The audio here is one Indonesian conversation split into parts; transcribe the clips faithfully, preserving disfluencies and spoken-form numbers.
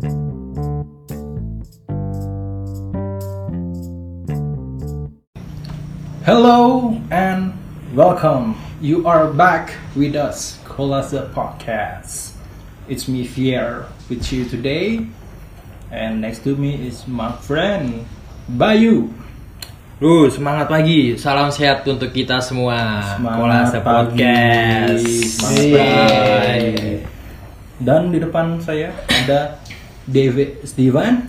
Hello and welcome. You are back with us, Kolasa Podcast. It's me, Fier, with you today. And next to me is my friend, Bayu. Duh, semangat pagi. Salam sehat untuk kita semua. Semangat Kolasa Podcast. Bye. Dan di depan saya ada David Steven.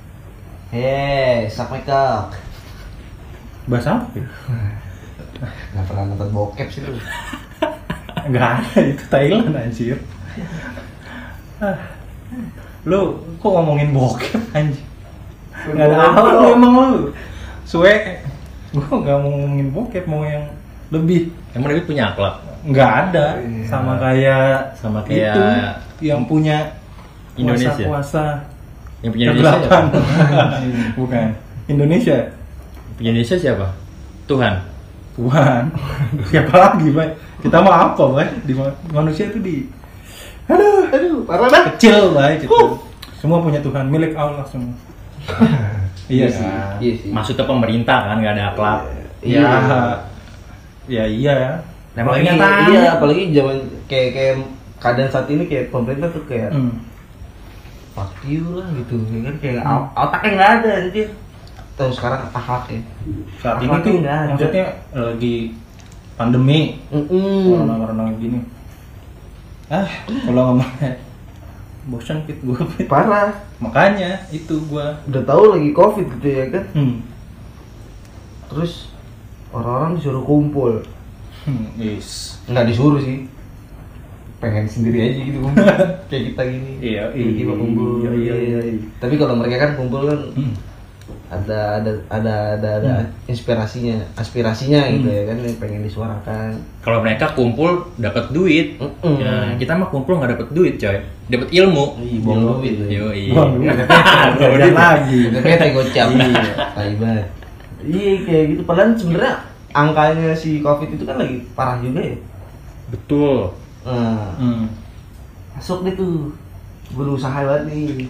Hei, Assalamualaikum. Bahasa apa ya? Gak pernah nonton bokep sih lu. Nggak ada, itu Thailand anjir. Ah. Lu kok ngomongin bokep anjir? Nggak ada apa lu emang lu. Suwe, gua nggak mau ngomongin bokep, mau yang lebih. Emang David punya akhlak? Nggak ada, sama kayak Sama kayak itu yang punya Indonesia. kuasa Yang punya Indonesia kegelapan. siapa? Bukan Indonesia. Punya Indonesia siapa? Tuhan. Tuhan. Siapa lagi, Bay? Kita mau apa, Bay? Di ma- manusia itu di aduh, Aduh, parah banget. kecil, Bay, gitu. Semua punya Tuhan, milik Allah semua. Iya sih. kan? Iya sih. Maksudnya pemerintah kan nggak ada akhlak. Ya, ya iya ya. Nah, Apalagi, kenyataan. iya, apalagi zaman kayak kayak keadaan saat ini kayak pemerintah tuh kayak Hmm. fuck you lah gitu, ya kan kayak hmm. otaknya nggak ada anjir. Tahu sekarang akhlaknya. Saat ini Akhlaknya tuh nggak ada. maksudnya lagi pandemi, Mm-mm. corona-corona gini. Ah, kalau ngomongnya bosan fit gue. Parah. Makanya itu gua. Udah tahu lagi covid gitu ya kan. Hmm. Terus orang-orang disuruh kumpul. Hmm, yes. Nggak disuruh sih. Pengen sendiri aja gitu kumpul. Kayak kita gini. Iya, Tiba-tiba kumpul. iya, iya, iya. Tapi kalau mereka kan kumpul kan Hmm. ada ada ada ada, ada inspirasinya, aspirasinya gitu ya kan yang pengen disuarakan. Kalau mereka kumpul dapat duit, Mm-mm. ya, kita mah kumpul nggak dapat duit, coy. Dapat ilmu. Ih, buang duit. Yoi. Wah, jajan lagi. Bete gocap. Iya, tai banget. Iya kayak gitu. Padahal sebenarnya angkanya si Covid itu kan lagi parah juga ya. Betul. Nah, Hmm. masuk deh tuh. Gue usaha banget nih.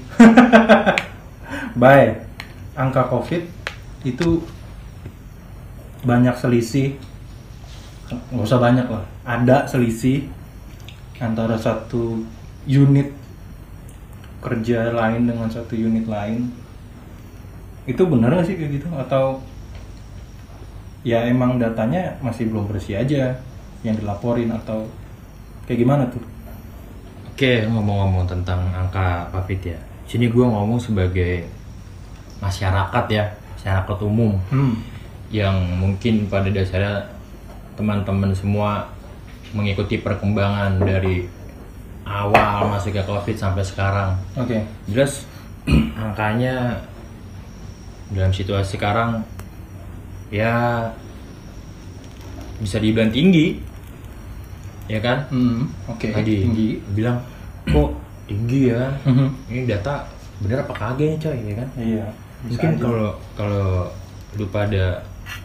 Baik. Angka Covid itu banyak selisih, nggak usah banyak lah, ada selisih antara satu unit kerja lain dengan satu unit lain. Itu benar nggak sih kayak gitu? Atau ya emang datanya masih belum bersih aja yang dilaporin, atau kayak gimana tuh? Oke, ngomong-ngomong tentang angka Covid ya. Sini gua ngomong sebagai masyarakat ya, masyarakat umum Hmm. yang mungkin pada dasarnya teman-teman semua mengikuti perkembangan dari awal masuknya Covid sampai sekarang. Oke. Jelas angkanya dalam situasi sekarang ya bisa dibilang tinggi, ya kan? Hmm. Oke. Tadi Tinggi. bilang kok tinggi ya? Mhm. Ini data bener apa kagak ya coy, ya kan? Iya. bisa Mungkin aja. kalau kalau lu pada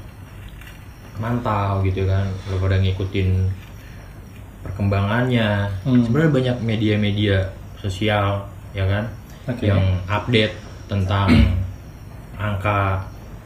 mantau gitu kan, lu pada ngikutin perkembangannya, Hmm. sebenarnya banyak media-media sosial ya kan, Oke. yang update tentang angka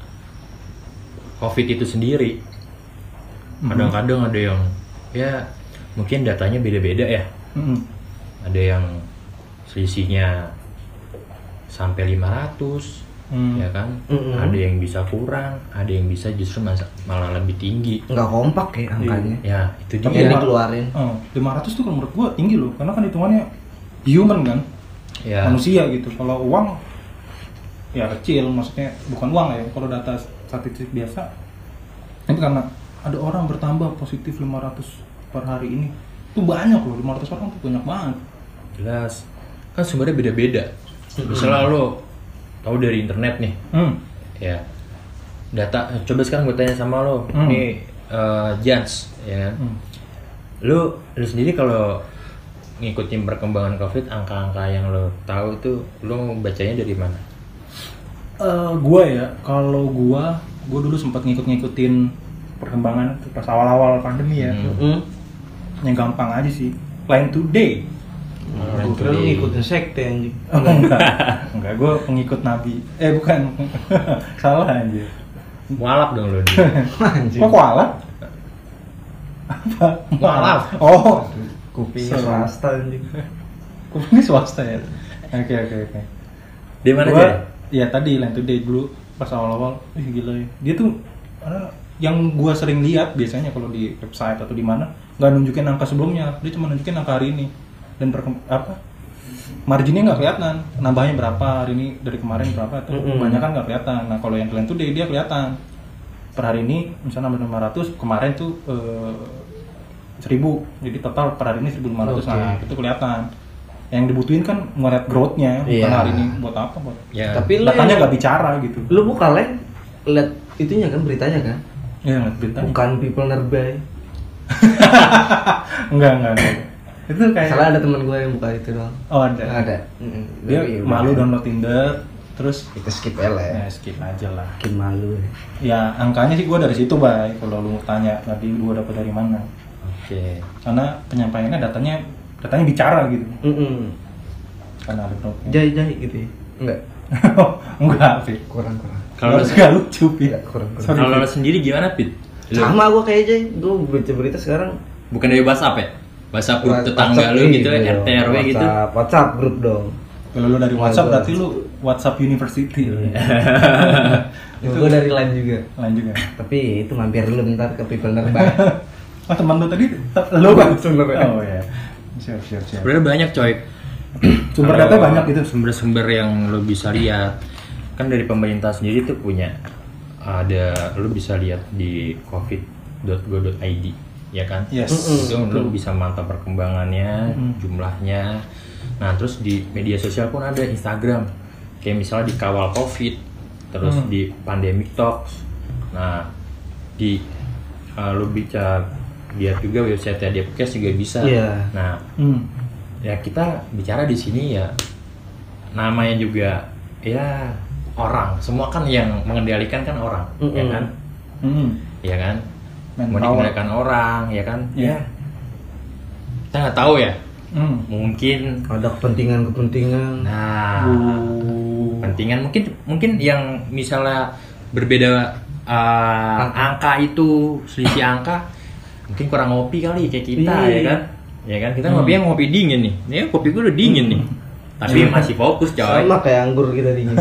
Covid itu sendiri. Kadang-kadang ada yang ya mungkin datanya beda-beda ya, Mhm. ada yang selisihnya sampai lima ratus. Hmm. Ya kan, Mm-mm. ada yang bisa kurang, ada yang bisa justru masa- malah lebih tinggi. Nggak kompak ya angkanya. Ya itu Tapi juga. Yang lima- dikeluarin. Oh, lima ratus tuh kalau menurut gua tinggi loh, karena kan hitungannya human kan, Ya, manusia gitu. Kalau uang ya kecil, maksudnya bukan uang ya. Kalau data statistik biasa, tapi karena ada orang bertambah positif lima ratus per hari ini, itu banyak loh. lima ratus orang tuh banyak banget. jelas. Kan sumbernya beda-beda. Misalnya lo tahu dari internet nih, Hmm. ya data. Coba sekarang gue tanya sama lo, Hmm. nih uh, Jans, ya kan? Hmm. Lu, lu sendiri kalau ngikutin perkembangan Covid, angka-angka yang lo tahu tuh, lo bacanya dari mana? Eh, gua ya, kalau gua, gua dulu sempat ngikut-ngikutin perkembangan pas awal-awal pandemi ya. Hmm. Hmm. Yang gampang aja sih, Line Today. Gue kira lu ngikutin sekte anjing. Oh, enggak, enggak, gue pengikut Nabi. Eh bukan, salah anjir. Mualaf dong lu dia. Anjing. Kok kualat? Apa? Mualaf. Oh, Kupingnya Sorry. swasta anjing. kupingnya swasta ya. Oke oke oke. Di mana Gua, aja? ya tadi Line Today dulu pas awal-awal, ih gila ya. Dia tuh ada yang gua sering lihat biasanya kalau di website atau di mana nggak nunjukin angka sebelumnya, dia cuma nunjukin angka hari ini dan perkem- apa marginnya nggak kelihatan, nambahnya berapa hari ini dari kemarin berapa itu Mm-mm. banyak kan nggak kelihatan. Nah kalau yang Line Today dia kelihatan per hari ini misalnya nambah lima ratus, kemarin tuh eh, seribu, jadi total per hari ini seribu lima ratus. Oke. Nah itu kelihatan. Yang dibutuhin kan ngeliat growth-nya, bukan Iya. hari ini buat apa, buat Ya. Tapi lu datanya yang- nggak bicara gitu. Lu buka Line, lihat itunya kan beritanya kan? Ya ngeliat beritanya. Bukan people nearby. Enggak, enggak, enggak. Itu kayak Salah ada teman gue yang buka itu doang. oh ada. Ada. Mm-mm. Dia Tapi ya malu udah. download Tinder, terus Kita skip aja lah ya. ya skip aja lah. Makin malu. ya. Ya angkanya sih gua dari situ, Bay. Kalau lu tanya tadi gua dapat dari mana? Oke. Karena penyampaiannya datanya datanya bicara gitu. Mm-mm. Karena ada growth. Jahit-jahit gitu ya? Enggak. Enggak, Fit. Kurang-kurang. Kalau Kalau lu- enggak lucu, Fit. Enggak, kurang-kurang. Sorry, Kalau Fit. lu sendiri gimana, Pit? Lu- Sama gue kayak Jay. Gue berita-berita sekarang Bukan dari WhatsApp ya? WhatsApp grup tetangga WhatsApp lu gitu, iya, R T R W gitu. WhatsApp, WhatsApp grup dong. Kalau lu dari WhatsApp Gua- berarti lu WhatsApp University. Itu gue dari Line juga. Lain juga. Tapi itu mampir dulu bentar ke people nearby. Oh, teman lu tadi lu kan Sebenarnya. Oh iya. Siap, siap, siap. Sebenarnya banyak coy. Sumber Kalau data banyak gitu. Sumber-sumber yang lo bisa lihat kan dari pemerintah sendiri tuh punya ada lo bisa lihat di covid dot go dot i d ya kan. Yes. Itu lo bisa mantap perkembangannya, Mm-mm. jumlahnya. Nah terus di media sosial pun ada Instagram kayak misalnya di Kawal Covid, terus Mm. di Pandemic Talks. Nah di uh, lo bisa lihat juga website Depkes juga bisa. Iya. Nah Hmm. ya kita bicara di sini ya namanya juga ya orang, semua kan yang mengendalikan kan orang, Mm-mm. ya kan, Hmm. ya kan, mau Manpower. dikendalikan orang, ya kan, Iya. ya kita nggak tahu ya, Hmm. mungkin, Ada kepentingan-kepentingan. nah, Uh. pentingan mungkin mungkin yang misalnya berbeda uh, angka itu selisih angka, mungkin kurang ngopi kali kayak kita, Iya. ya kan, ya kan, kita Hmm. ngopi yang ngopi dingin nih, ini kopi gue udah dingin nih, tapi masih fokus coy. Sama kayak anggur kita dingin.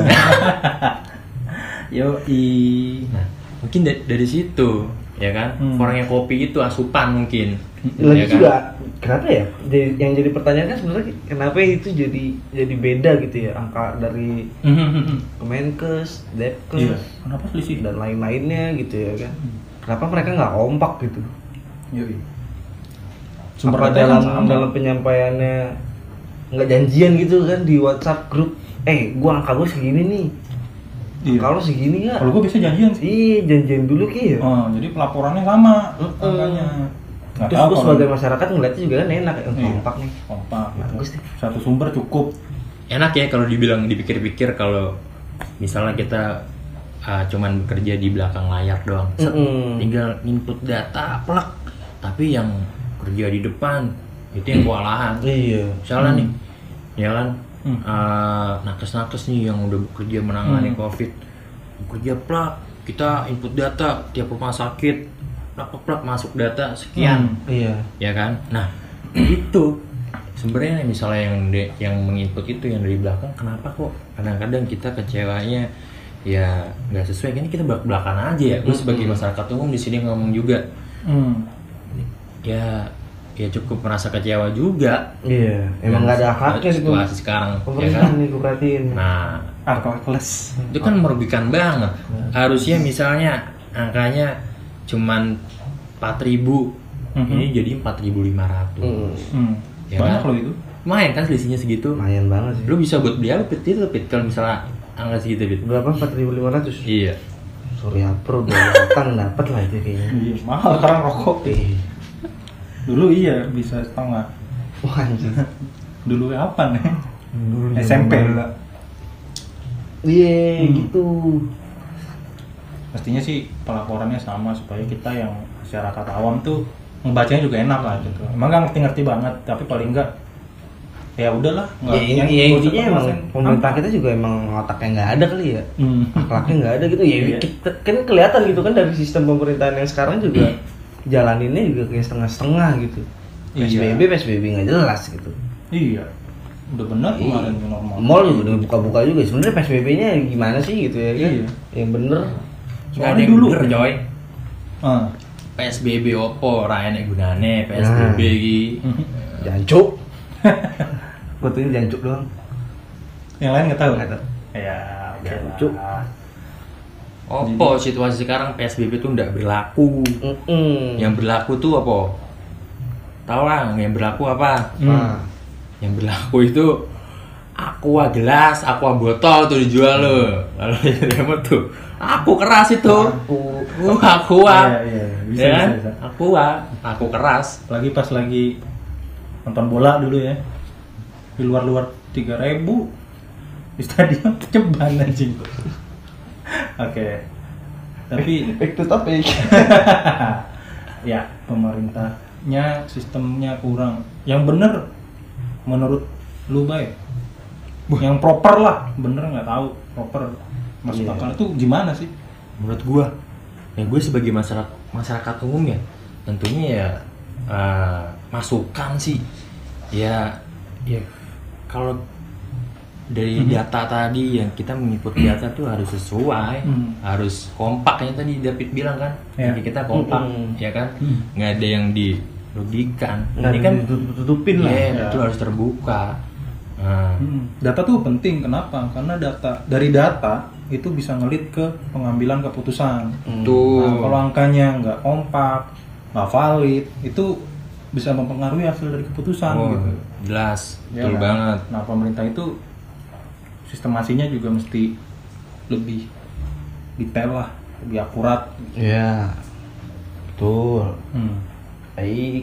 Yo i. Nah, mungkin da- dari situ, ya kan? Hmm. Kurangnya kopi itu asupan mungkin. Lagi ya kan? juga kenapa ya? Jadi, yang jadi pertanyaan kan sebenarnya kenapa itu jadi jadi beda gitu ya angka dari Kemenkes, Depkes, Iya. Kenapa selisih? dan lain-lainnya gitu ya kan? Kenapa mereka nggak kompak gitu? Yo i. Sumber Apa dalam sama? dalam penyampaiannya nggak janjian gitu kan di WhatsApp grup? Eh, gua angka gua segini nih. Iya. Kalau segini nggak? Kalau gua biasa janjian sih. Iya, janjian dulu ki ya. Oh, jadi pelaporannya sama Mm-mm. angkanya. Nggak Terus tahu gua kalau- sebagai masyarakat ngeliatnya juga kan enak ya, Iya. kompak nih. kompak gitu. Bagus deh. Satu sumber cukup. Enak ya kalau dibilang dipikir-pikir kalau misalnya kita uh, cuman bekerja di belakang layar doang. Set, Mm-mm. tinggal input data, plek. Tapi yang kerja di depan itu yang kewalahan. Iya. Misalnya Hmm. nih, ya kan, Hmm. uh, nakes-nakes nih yang udah bekerja menangani Hmm. covid, bekerja plak, kita input data tiap rumah sakit, plak plak plak masuk data sekian, Hmm. Iya. ya kan. Nah itu sebenarnya misalnya yang de- yang menginput itu yang dari belakang, kenapa kok kadang-kadang kita kecewanya ya nggak sesuai, ini kita belak belakan aja ya. Gue sebagai Hmm. masyarakat umum di sini ngomong juga, Hmm. ya ya cukup merasa kecewa juga. Iya. Emang nggak ada haknya gitu. situasi sekarang, ya Pemerintah kan. nih gue perhatiin. Nah Arkeles. itu kan merugikan banget. Harusnya misalnya angkanya cuman empat ribu, Mhm. ini jadi empat ribu lima ratus. Hmm. Hmm. Ya Banyak kan? loh itu. Lumayan kan selisihnya segitu. Lumayan banget sih. Lu bisa buat beli apa Pit? Itu Pit kalau misalnya angka segitu Pit. Berapa? empat ribu lima ratus. Iya. Surya Pro dua batang dapat lah itu kayaknya. Iya, mahal sekarang rokok. Ih. Dulu iya bisa setengah. Wah anjing. Dulu apa nih? Dulu S M P. Iya Hmm. gitu. Mestinya sih pelaporannya sama supaya kita yang masyarakat awam tuh ngebacanya juga enak lah gitu. Emang nggak ngerti-ngerti banget, tapi paling enggak ya udahlah Ya, yang ya, nggak usah intinya emang kemasin. pemerintah kita juga emang otaknya nggak ada kali ya, Hmm. akhlaknya nggak ada gitu ya. Iya. Kita, kan kelihatan gitu kan dari sistem pemerintahan yang sekarang juga jalaninnya juga kayak setengah-setengah gitu. P S B B Iya. P S B B nggak jelas gitu. Iya, udah benar Iya. kemarin new normal. Mall juga udah buka-buka juga. Sebenarnya P S B B-nya gimana sih gitu ya kan? Iya. Yang bener. Nggak ada Soalnya yang dulu bener coy. Ah. P S B B opo rakyatnya gunane P S B B iki. Jancuk. Gua tuh ini jancuk doang. Yang lain nggak tahu. Nggak tahu. Ya, oke Jancuk. lah. Opo situasi sekarang P S B B itu nggak berlaku. Mm-mm. Yang berlaku tuh apa? Tahu lah yang berlaku apa? Hmm. Nah, Yang berlaku itu aqua gelas, aqua botol tuh dijual lo. Lalu yang apa tuh? Aku keras itu. aku Uh, aqua. Iya, iya, bisa, Ya kan? bisa, bisa. Aqua, aku keras. Lagi pas lagi nonton bola dulu ya. Di luar-luar tiga ribu di stadion ceban anjing. Oke. Tapi back to topic. ya pemerintahnya sistemnya kurang. Yang bener menurut lu baik. Yang proper lah, bener nggak tahu proper masuk Iya. akal itu gimana sih? Menurut gua, ya gue sebagai masyarakat masyarakat umum ya, tentunya ya eh, masukan sih. Ya, ya kalau dari Mhm. data tadi yang kita mengikuti data tuh harus sesuai, Hmm. harus kompak yang tadi David bilang kan, Ya. jadi kita kompak, Mhm. ya kan, Hmm. nggak ada yang dirugikan. Nggak Ini kan, ditutup-tutupin lah. iya Ya. betul harus terbuka. Nah, Hmm. Data tuh penting, kenapa? Karena data dari data itu bisa ngelit ke pengambilan keputusan. Hmm. tuh. Nah, kalau angkanya nggak kompak, nggak valid, itu bisa mempengaruhi hasil dari keputusan Oh, gitu. jelas, Ya betul kan? banget. Nah, pemerintah itu sistemasinya juga mesti lebih detail lah, lebih akurat. Iya. Betul. Hmm. Baik.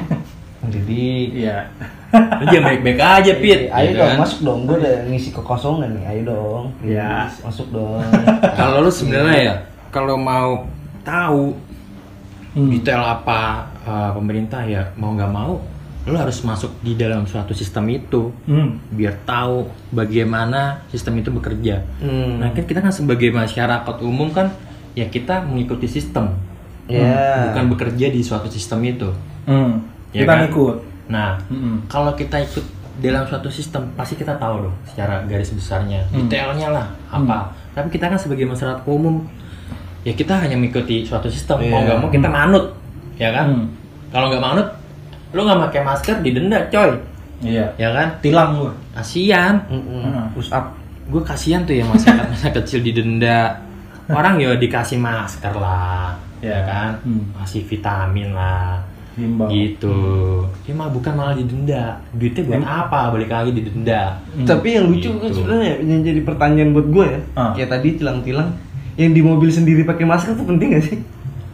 Mendidik. Iya. Lu jangan baik-baik aja, Pit. Ayo ya dong, kan? masuk dong. Gue udah ngisi kekosongan nih. Ayo dong. Iya. Please, masuk dong. Kalau lu sebenarnya ya, kalau mau tahu Hmm. detail apa uh, pemerintah ya mau nggak mau, lu harus masuk di dalam suatu sistem itu Hmm. biar tahu bagaimana sistem itu bekerja. Hmm. Nah, kan kita kan sebagai masyarakat umum kan ya kita mengikuti sistem, Ya. bukan bekerja di suatu sistem itu. Hmm. Ya Kita kan? ngikut. Nah, Hmm. kalau kita ikut dalam suatu sistem pasti kita tahu dong secara garis besarnya, Hmm. detailnya lah apa. Tapi kita kan sebagai masyarakat umum ya kita hanya mengikuti suatu sistem. Mau Iya. nggak mau kita manut, ya kan? Hmm. Kalau nggak manut, lu nggak pakai masker didenda, coy, Iya. ya kan? Tilang gua. Kasian, Mm-mm. Hmm. Push up. gue kasian tuh ya masyarakat masa kecil didenda. Orang ya dikasih masker lah, ya Ya. kan? Hmm. Kasih vitamin lah. Himbau. Gitu. Ya mah bukan malah didenda. Duitnya buat Em- apa? Balik lagi didenda. Hmm. Tapi yang lucu kan Gitu. sebenarnya yang jadi pertanyaan buat gue ya. Ah. Kayak tadi tilang-tilang yang di mobil sendiri pakai masker tuh penting gak sih?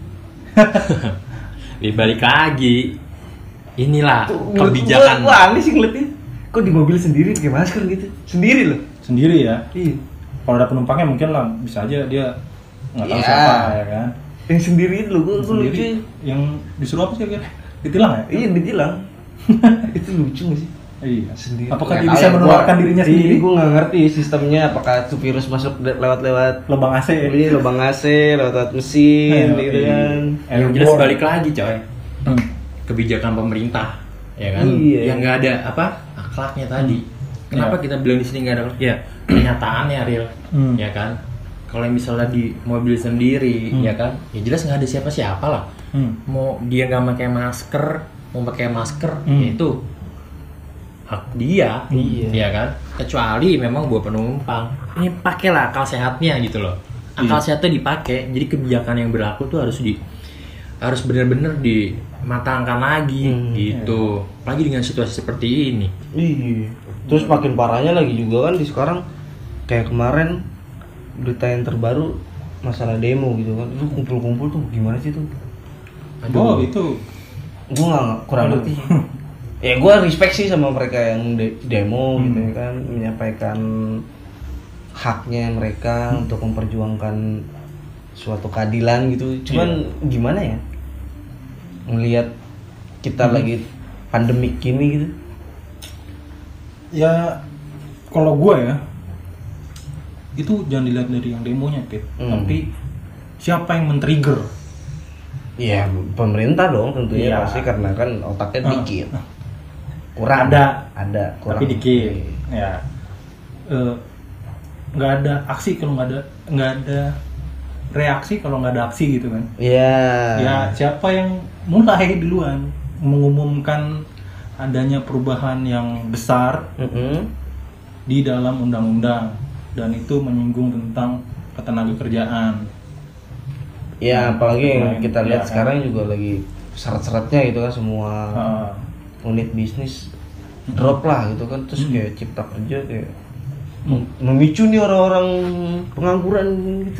Ya, balik lagi. Inilah Tuh, menurut kebijakan. Gue, gue aneh sih ngeliatnya. Kok di mobil sendiri pakai masker gitu? Sendiri loh. Sendiri ya. Iya. Kalau ada penumpangnya mungkin lah bisa aja dia nggak tahu Iya. siapa ya kan. Yang sendiri itu loh, gue, gue lucu. Sendiri yang disuruh apa sih kira? Ditilang ya? Iya ditilang. Itu lucu gak sih? Iya. Sendiri. Apakah Nggak dia tahu bisa ya, menularkan gua- dirinya Iya, sendiri? gue nggak ngerti sistemnya. Apakah itu virus masuk de- lewat-lewat Lubang A C. Iya, lubang A C, lewat mesin, Iya, gitu iya. kan. Yang jelas balik lagi, coy. Hmm. Kebijakan pemerintah, ya kan? Iya. Yang nggak ada apa akhlaknya tadi. Kenapa Iya. kita bilang di sini nggak ada akhlak? Ya kenyataannya real, Hmm. ya kan? Kalau misalnya di mobil sendiri, Hmm. ya kan? Ya jelas nggak ada siapa-siapa lah. Hmm. Mau dia nggak pakai masker, mau pakai masker, Hmm. ya itu hak dia, Iya. ya kan? Kecuali memang buat penumpang, ini pakailah akal sehatnya gitu loh. Akal Iya. sehatnya dipakai, jadi kebijakan yang berlaku tuh harus di harus benar-benar dimatangkan lagi, Hmm, gitu. Lagi dengan situasi seperti ini. Iya. Terus makin parahnya lagi juga kan di sekarang kayak kemarin berita yang terbaru masalah demo gitu kan. Itu kumpul-kumpul tuh gimana sih tuh? Oh itu. Gue nggak kurang Aduh. ngerti. Ya gue respect sih sama mereka yang de- demo gitu Hmm. ya kan, menyampaikan haknya mereka untuk memperjuangkan suatu keadilan gitu. Cuman gimana ya? Melihat kita Hmm. lagi pandemik gini gitu. Ya kalau gue ya itu jangan dilihat dari yang demonya, Pit. Hmm. Tapi siapa yang men-trigger? Iya, pemerintah dong tentunya Iya. pasti karena kan otaknya Ah. dikit. Kurang Ada. ada, kurang. Tapi dikit. Ya. Eh, nggak ada aksi kalau nggak ada nggak ada reaksi kalau nggak ada aksi gitu kan. Iya. Ya siapa yang mulai duluan mengumumkan adanya perubahan yang besar Mm-mm. di dalam undang-undang dan itu menyinggung tentang ketenagakerjaan. Ya, apalagi yang Lain, kita lihat ya kan? sekarang juga lagi seret-seretnya gitu kan semua Ah, unit bisnis drop lah gitu kan, terus Mm. kayak cipta kerja kayak Mm. memicu nih orang-orang pengangguran gitu.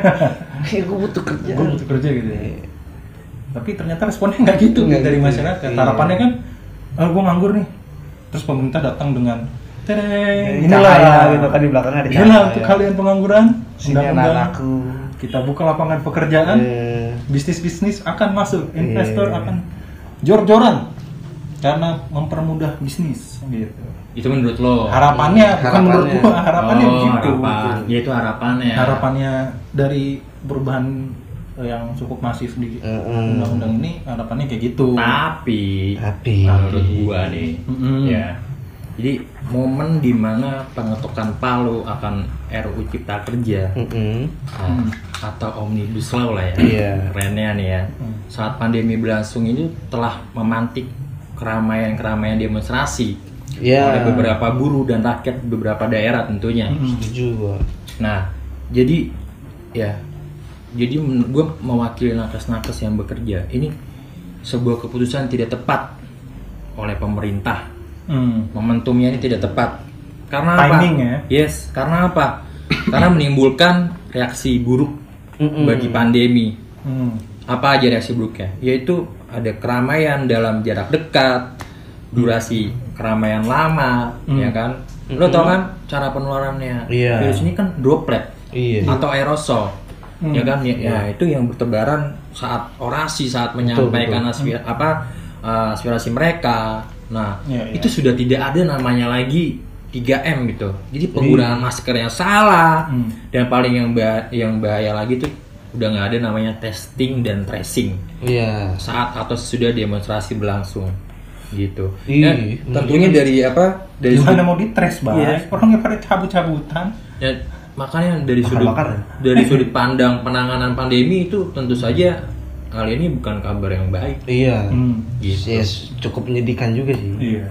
Kayak gue butuh kerja. gue butuh kerja gitu ya. Iya. Tapi ternyata responnya nggak gitu Nggak dari gitu. masyarakat. Iya. Harapannya kan, ah, gue nganggur nih. Terus pemerintah datang dengan, tereng, Inilah inilah gitu kan di belakangnya ada inilah cahaya. untuk kalian pengangguran. Sini Undang-undang. anak-anakku. Kita buka lapangan pekerjaan, Eh, bisnis-bisnis akan masuk, investor Iya. akan jor-joran karena mempermudah bisnis gitu. Itu menurut lo? Harapannya, bukan Harapannya. menurut gua, harapannya oh, begitu. harapan. Ya itu harapannya. Harapannya dari perubahan yang cukup masif di Mm-mm. undang-undang ini, harapannya kayak gitu. Tapi, Tapi menurut gua nih, Mm-mm. ya. Jadi momen dimana pengetukan palu akan R U U Cipta Kerja Mm-mm. nah, atau Omnibus Law lah ya, Iya. kerennya nih ya. Hmm. Saat pandemi berlangsung ini telah memantik keramaian-keramaian demonstrasi Iya. oleh beberapa buruh dan rakyat beberapa daerah tentunya. Mm-mm. Setuju gua. Nah, jadi ya, jadi gue mewakili nakes-nakes yang bekerja. Ini sebuah keputusan tidak tepat oleh pemerintah. Hmm. Momentumnya ini tidak tepat. Karena Timing apa? ya? Yes, karena apa? Karena menimbulkan reaksi buruk Mm-mm. bagi pandemi. Hmm. Apa aja reaksi buruknya? Yaitu ada keramaian dalam jarak dekat, durasi keramaian lama, Hmm. ya kan? Lo tau kan cara penularannya? Iya. Virus ini kan droplet Iya. atau aerosol, Hmm. ya kan? Ya, Iya. ya, itu yang bertebaran saat orasi, saat menyampaikan betul. aspira- apa uh, aspirasi mereka. Nah, Iya, iya. itu sudah tidak ada namanya lagi tiga M gitu. Jadi penggunaan masker yang salah Hmm. dan paling yang bah- yang bahaya lagi tuh udah nggak ada namanya testing dan tracing Iya. saat atau sesudah demonstrasi berlangsung gitu. Iya, Dan tentunya dari apa? Dari Gimana sudut- mau ditres, Bang? Iya. Orangnya pada cabut-cabutan. ya, makanya dari sudut Bakar-bakar ya? dari sudut pandang penanganan pandemi itu tentu saja hal ini bukan kabar yang baik Iya. Hmm. gitu. Yes, cukup menyedihkan juga sih. Iya.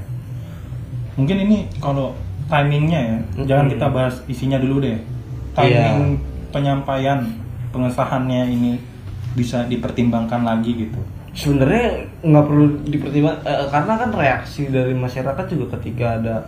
Mungkin ini kalau timingnya ya, Mm-mm. jangan kita bahas isinya dulu deh. Timing penyampaian pengesahannya ini bisa dipertimbangkan lagi gitu. Sebenarnya nggak perlu dipertimbangkan eh, karena kan reaksi dari masyarakat juga ketika ada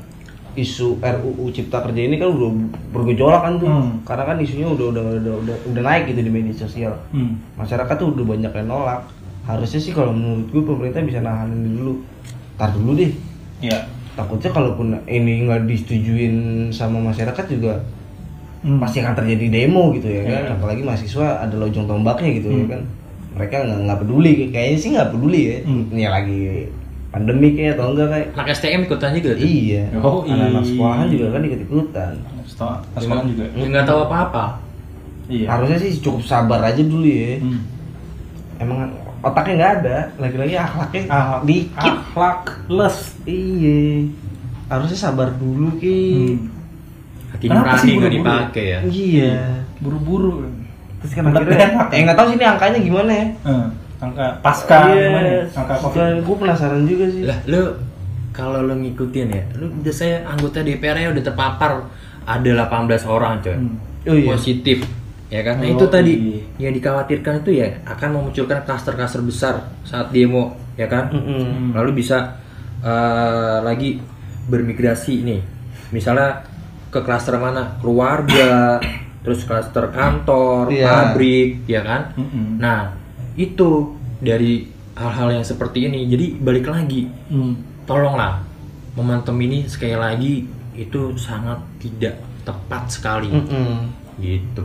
isu R U U Cipta Kerja ini kan udah bergejolak kan tuh. Hmm. Karena kan isunya udah udah udah udah, udah naik gitu di media sosial. Hmm. Masyarakat tuh udah banyak yang nolak. Harusnya sih kalau menurut gue pemerintah bisa nahanin dulu. Tar dulu deh. Ya. Takutnya kalaupun ini nggak disetujuin sama masyarakat juga Hmm. pasti akan terjadi demo gitu ya kan. Iya. Apalagi mahasiswa ada lojong tombaknya gitu ya Hmm. kan. Mereka nggak nggak peduli, kayaknya sih nggak peduli ya. Hmm. Ini lagi pandemi kayak atau enggak kayak. Anak S T M ikutan juga tuh. Iya. Oh, Anak-anak iya. sekolahan juga kan ikut ikutan. Setelah sekarang juga. Ya, nggak tahu apa-apa. Iya. Harusnya sih cukup sabar aja dulu ya. Hmm. Emang otaknya nggak ada, lagi-lagi akhlaknya Ah, dikit. akhlakless. Iya. Harusnya sabar dulu ki. Hmm. Hati Kenapa nurani sih nggak buru-buru? dipakai ya. Iya. Buru-buru. Terus kan Buat akhirnya, enak. eh nggak tahu sih ini angkanya gimana ya. Eh, angka pasca gimana ya? Angka covid. Gue penasaran juga sih. Lah, lu kalau lu ngikutin ya, lu udah saya anggota D P R-nya udah terpapar ada delapan belas orang coy. Hmm. Oh iya. Positif. Ya kan? Nah, Oh, itu tadi iya. yang dikhawatirkan itu ya akan memunculkan klaster-klaster besar saat demo, ya kan? Mm-mm. Lalu bisa eh, lagi bermigrasi nih. Misalnya ke klaster mana? Keluarga, terus klaster kantor, Iya. pabrik, ya kan? Mm-mm. Nah, itu dari hal-hal yang seperti ini. Jadi balik lagi, Hmm. tolonglah momentum ini sekali lagi itu sangat tidak tepat sekali, Mm-mm. gitu.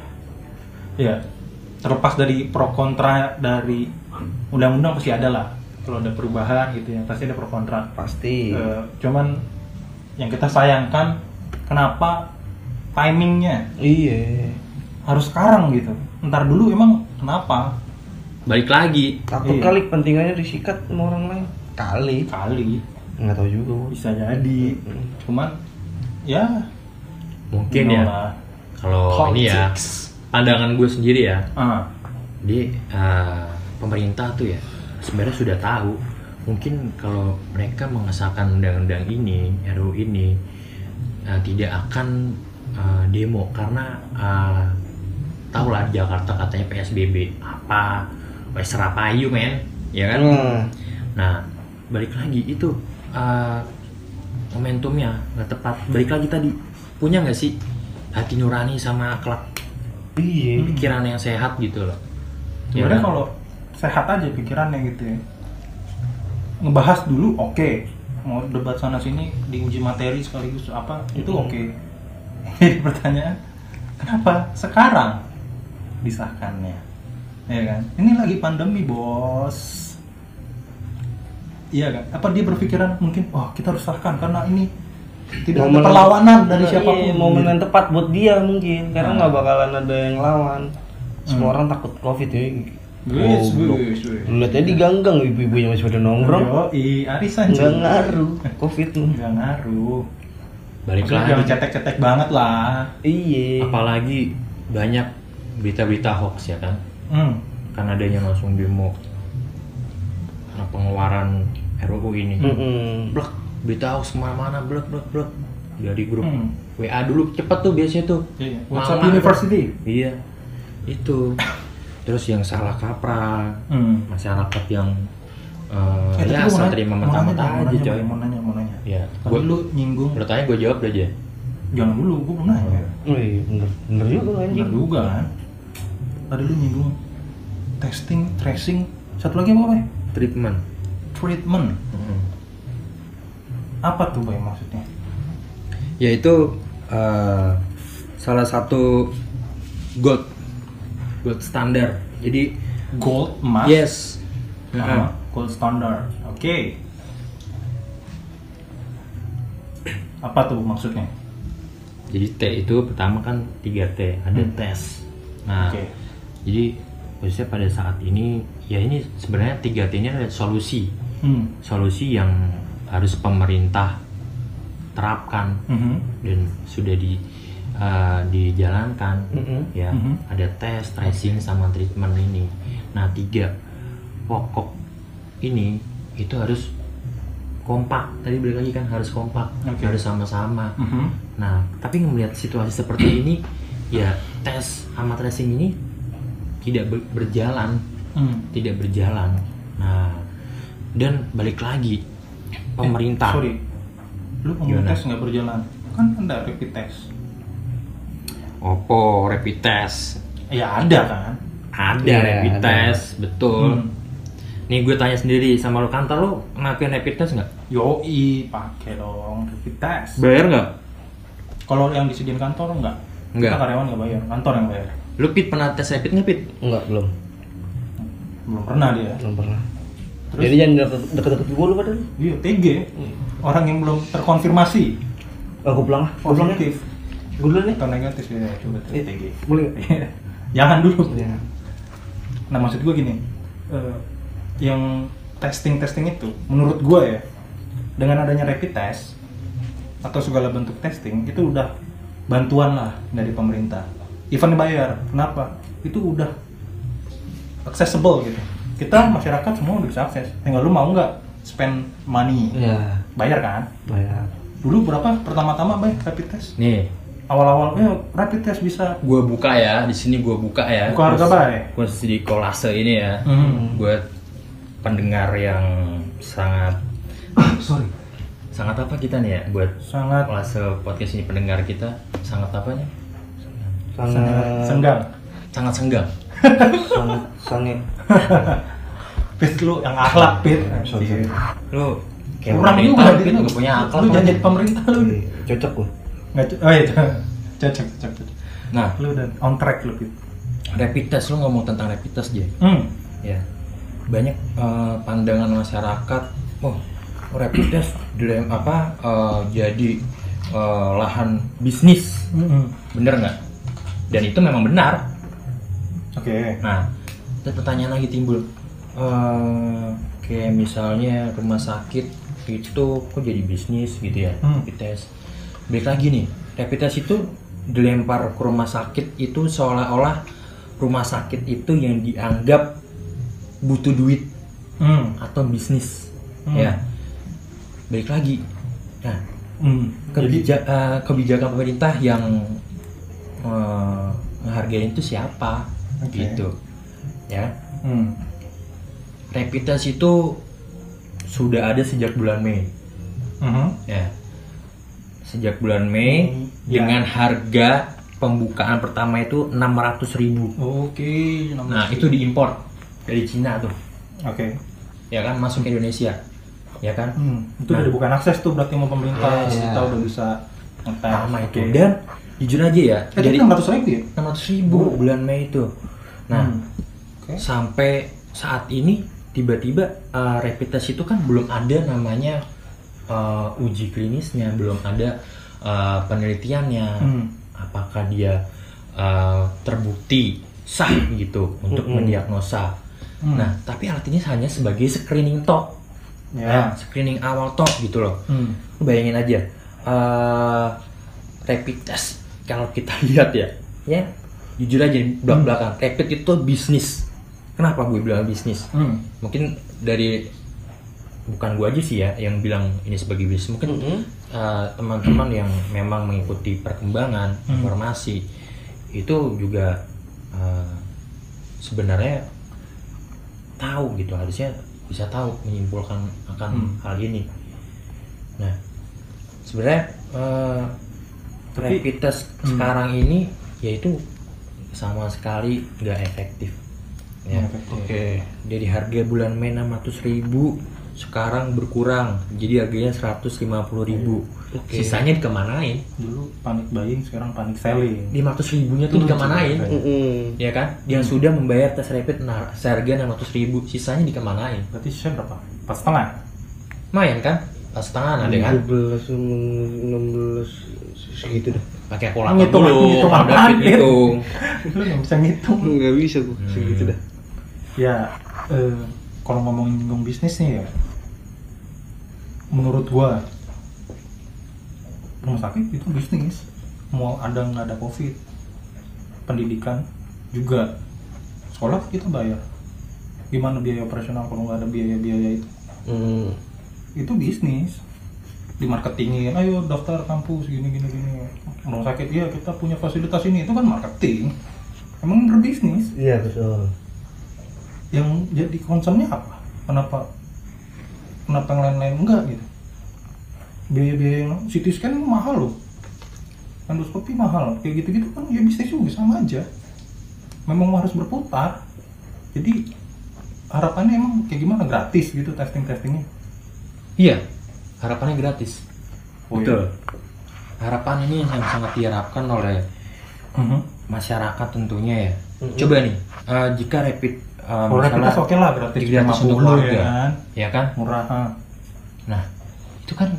Ya, terlepas dari pro kontra dari undang-undang pasti ada lah. Kalau ada perubahan gitu ya, pasti ada pro kontra. Pasti. Eh, cuman yang kita sayangkan kenapa timingnya Iya. harus sekarang gitu. Ntar dulu emang kenapa? Balik lagi. Takut Iya. kali kepentingannya disikat sama orang lain. Kali. Kali Nggak tahu juga. Bos. bisa jadi. Cuman ya Mungkin you know ya. lah. Kalau ini ya, Politics. pandangan gue sendiri ya. Ah, Di uh, pemerintah tuh ya sebenarnya sudah tahu. Mungkin kalau mereka mengesahkan undang-undang ini, R U U ini uh, tidak akan uh, demo karena uh, tahu lah di Jakarta katanya P S B B apa, wes serapayu men, ya kan? Hmm. Nah, balik lagi itu uh, momentumnya nggak tepat. Balik lagi tadi, punya nggak sih hati nurani sama kelak Iya. pikiran yang sehat gitu loh? Ya sebenarnya kan? kalau sehat aja pikirannya gitu ya. Ngebahas dulu oke. Mau debat sana sini diuji materi sekaligus apa itu Hmm. oke. Jadi pertanyaan kenapa sekarang disahkannya? Ya kan? Ini lagi pandemi, Bos. Iya kan? Apa dia berpikiran mungkin wah kita harus sahkan karena ini tidak ada Momen- perlawanan dari Iya, siapapun. momen yang tepat buat dia mungkin karena Nah. nggak bakalan ada yang lawan. Semua Hmm. orang takut covid ya. Wis, Goblok. wis, wis. Lu lihat aja di ganggang ibu-ibunya masih pada nongkrong. Yoi, arisan Nggak cuy. ngaruh covid lu. Nggak ngaruh. Balik Maksudnya lagi. jangan cetek-cetek banget lah. Iya. Apalagi banyak berita-berita hoax ya kan, Hmm. kan adanya langsung demo karena pengeluaran R U U ini. Mm-mm. Blek, berita hoax kemana-mana, blek blek blek dari grup Hmm. W A dulu cepet tuh biasanya tuh. Iya. WhatsApp Mama- University. Iya, itu. Terus yang salah kaprah, Hmm. masyarakat yang uh, Eh, tapi ya gua mau asal nanya- terima mau mentah-mentah nanya, mau aja nanya, coy. Mau nanya, mau nanya. Ya, Tadi gua lu nyinggung. lo tanya gue jawab aja. Jangan dulu, gua mau nanya. Oh iya, bener, bener juga Benar anjing. juga kan. Tadi lu nyinggung testing, tracing, satu lagi apa, Bay? Treatment. Treatment. Mm-mm. Apa tuh, Bay, maksudnya? Yaitu uh, salah satu gold gold standar. Jadi Gold, emas. yes. Sama gold standard. Oke. Apa tuh maksudnya? Jadi T itu pertama kan tiga T, ada Hmm. tes. Nah, Oke. jadi khususnya pada saat ini ya ini sebenarnya tiga T ini adalah solusi. Hmm. Solusi yang harus pemerintah terapkan Mhm. dan sudah di uh, dijalankan. Mm-mm. Ya, Mhm. ada tes, tracing sama treatment ini. Nah, tiga pokok ini itu harus kompak. Tadi balik lagi kan harus kompak, Oke. harus sama-sama. Mhm. Nah, tapi melihat situasi seperti ini, ya tes sama tracing ini tidak ber- berjalan, Hmm. tidak berjalan. Nah, dan balik lagi pemerintah. Eh, sorry. Lu ngomong Gimana? tes nggak berjalan. Kan ada rapid test. Oppo rapid test, Ya ada kan. ada Iya, rapid ada. test, betul. Hmm. Nih gue tanya sendiri sama lo, kantor lo ngelakuin rapid test nggak? Yoi, pakai dong rapid test. Bayar nggak? Kalau yang disediain kantor enggak? Enggak. Kita karyawan nggak bayar, kantor yang bayar. Lo Pit pernah tes rapid nggak Pit? Enggak, belum. Belum pernah dia. Belum pernah. Terus? Jadi jangan deket- deket-deket gue lu pada lu. Iya, T G. Orang yang belum terkonfirmasi Aku pulang ah. Gua pulang ya. positif Gue dulu nih. atau negatif ya, coba tes Eh, T G. Boleh nggak? Jangan dulu. Ya. Nah, maksud gue gini, eh, yang testing-testing itu, menurut gue ya, dengan adanya rapid test atau segala bentuk testing itu udah bantuan lah dari pemerintah. Even dibayar, kenapa? Itu udah accessible gitu. Kita masyarakat semua udah bisa akses. Tinggal lu mau nggak spend money, Iya. bayar kan? Bayar. Dulu berapa pertama-tama bay rapid test? Nih, Awal-awal, ya rapid test bisa. gue buka ya, di sini gue buka ya. Buka harga, Bay. Khusus di kolase ini ya. Hmm. Buat pendengar yang sangat Sorry. sangat apa kita nih ya? Buat Sangat kolase podcast ini pendengar kita sangat apa nih? sangat Sangat senggang. Sangat senggang. sangat sangat. Pit lu yang akhlak, Pit. Sorry, sorry. Lu kayak Kurang pemerintah, juga Pit, gitu. nggak punya akal. Lu kan? jangan jadi pemerintah lu. Iya, cocok gua. Nggak co- oh iya, cocok, cocok, cocok. Nah, Lu udah on track lu, Pit. rapid test, lu ngomong tentang rapid test aja. Hmm. Ya, banyak eh, pandangan masyarakat, oh rapid test dilem apa uh, jadi uh, lahan bisnis, Mm-mm. bener nggak? Dan itu memang benar. Oke. Nah, terus pertanyaan lagi timbul, uh, kayak misalnya rumah sakit itu kok jadi bisnis gitu ya, Hmm. rapid test. Balik lagi nih, rapid test itu dilempar ke rumah sakit itu seolah-olah rumah sakit itu yang dianggap butuh duit Hmm. atau bisnis, Hmm. ya. Balik lagi, nah Hmm. Jadi kebija- eh, kebijakan pemerintah yang eh, menghargai itu siapa, Oke. gitu, ya. hmm. Rapid test itu sudah ada sejak bulan Mei, Mhm. ya. Sejak bulan Mei Hmm, ya. dengan harga pembukaan pertama itu enam ratus ribu. Oke. Nah itu diimpor dari Cina tuh, Oke. ya kan, masuk ke Indonesia, ya kan. Hmm. Itu Nah. udah dibuka akses tuh berarti sama pemerintah. Yes. Kita udah bisa ngetes. Lama itu. Oke. Dan jujur aja ya, Eh, jadi enam ratus ribu ya? enam ratus ribu bulan Mei itu. Nah, Hmm. Oke. sampai saat ini tiba-tiba uh, rapid test itu kan belum ada namanya uh, uji klinisnya, belum ada uh, penelitiannya. Hmm. Apakah dia uh, terbukti sah gitu untuk Mm-mm. mendiagnosa. Hmm. Nah, tapi alat ini hanya sebagai screening tok. Ya. Screening awal tok gitu loh. Hmm. Lu bayangin aja, uh, rapid test kalau kita lihat ya, ya jujur aja belak belakang, rapid itu bisnis. Kenapa gue bilang bisnis? Hmm. Mungkin dari bukan gue aja sih ya yang bilang ini sebagai bisnis. Mungkin Mm-mm. uh, teman-teman yang memang mengikuti perkembangan Hmm. informasi itu juga uh, sebenarnya tahu gitu, harusnya bisa tahu menyimpulkan akan Hmm. hal ini. Nah, sebenarnya uh, Tapi- rapid test Hmm. sekarang ini yaitu sama sekali nggak efektif. Ya. Nggak efektif. Oke. Dari harga bulan Mei enam ratus ribu sekarang berkurang jadi harganya seratus lima puluh ribu. Oke. Sisanya dikemanain? Dulu panik buying, sekarang panik selling. lima ratus ribunya tuh Itu lucu, dikemanain? Bang. Mm-mm. Ya kan? Yang sudah membayar tes rapid nah, seharga enam ratus ribu, sisanya dikemanain? Berarti sisa berapa? Empat setengah. Lumayan kan? Pas setengah ada kan? tujuh belas, enam belas segitu dah. Pakai kalkulator Ngitung, dulu, ngitung kalau apaan, David Dit? hitung. Lu nggak bisa ngitung. Nggak bisa gua Hmm. segitu dah. Ya, eh, kalau ngomongin ngomong bisnis nih ya, menurut gua rumah sakit itu bisnis. Mau ada nggak ada covid, pendidikan juga, sekolah kita bayar. Gimana biaya operasional kalau nggak ada biaya-biaya itu? Hmm. Itu bisnis. Di marketingin, ayo daftar kampus gini gini gini. Rumah sakit, ya kita punya fasilitas ini, itu kan marketing. Emang berbisnis. Iya betul. Yang jadi concernnya apa? Kenapa kenapa yang lain-lain enggak gitu? Biaya-biaya yang C T scan mahal loh, endoskopi mahal, kayak gitu-gitu kan ya bisnis juga sama aja. Memang harus berputar. Jadi harapannya emang kayak gimana, gratis gitu testing-testingnya? Iya, harapannya gratis. Oh, Betul. Harapan ini yang sangat diharapkan oleh Mhm. masyarakat tentunya ya. Mhm. Coba nih, eh, jika rapid eh, Kalau rapid misalnya test oke lah, gratis gratis lima untuk puluh warga, ya kan, ya kan? murah. ha. Nah, itu kan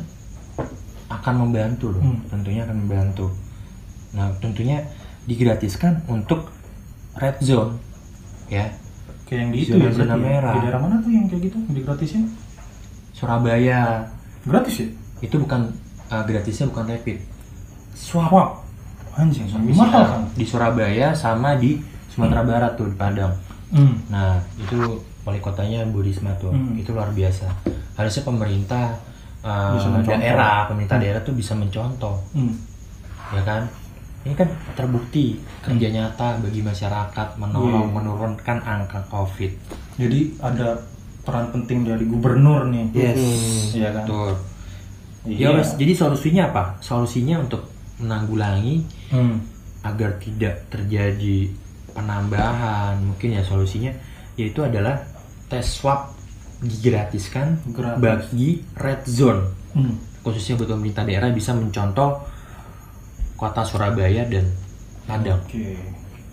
akan membantu loh, Hmm. tentunya akan membantu. Nah, tentunya digratiskan untuk red zone, ya. Kayak yang di itu Zona- ya, zona berarti ya. merah. Di daerah mana tuh yang kayak gitu digratisin? Surabaya Gratis ya? itu bukan eh, gratisnya bukan rapid, swab. Wah, anjing, lebih P C R. mahal kan? Di Surabaya sama di Sumatera Barat tuh di Padang. Hmm. Nah, itu wali kotanya Bu Risma tuh, Hmm. itu luar biasa. Harusnya pemerintah uh, Bisa mencontoh. daerah, pemerintah Hmm. daerah tuh bisa mencontoh, Hmm. ya kan? Ini kan terbukti kerja nyata bagi masyarakat menolong Iya. menurunkan angka COVID. Jadi ada peran penting dari gubernur nih. Yes, Iya kan? betul. Iya. Ya, wes, jadi solusinya apa? Solusinya untuk menanggulangi Hmm. agar tidak terjadi penambahan, mungkin ya solusinya yaitu adalah tes swab digratiskan Gratis. bagi red zone, Hmm. khususnya buat pemerintah daerah bisa mencontoh kota Surabaya dan Padang. Oke.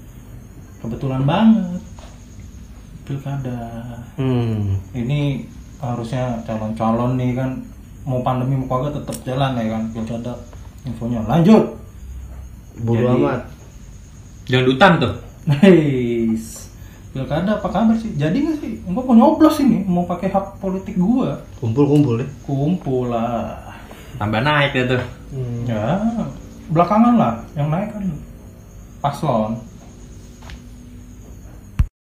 Kebetulan banget pilkada. Hmm. Ini harusnya calon-calon nih kan mau pandemi mau kagak tetap jalan ya kan pilkada infonya lanjut. Bodo Jadi- amat. Jangan dutan tuh. Heis, pilkada apa kabar sih? Jadi nggak sih? Gua mau nyoblos ini, mau pakai hak politik gua. Kumpul-kumpul deh. Kumpul lah. Tambah naik deh tuh. Hmm. Ya, belakangan lah yang naik kan paslon.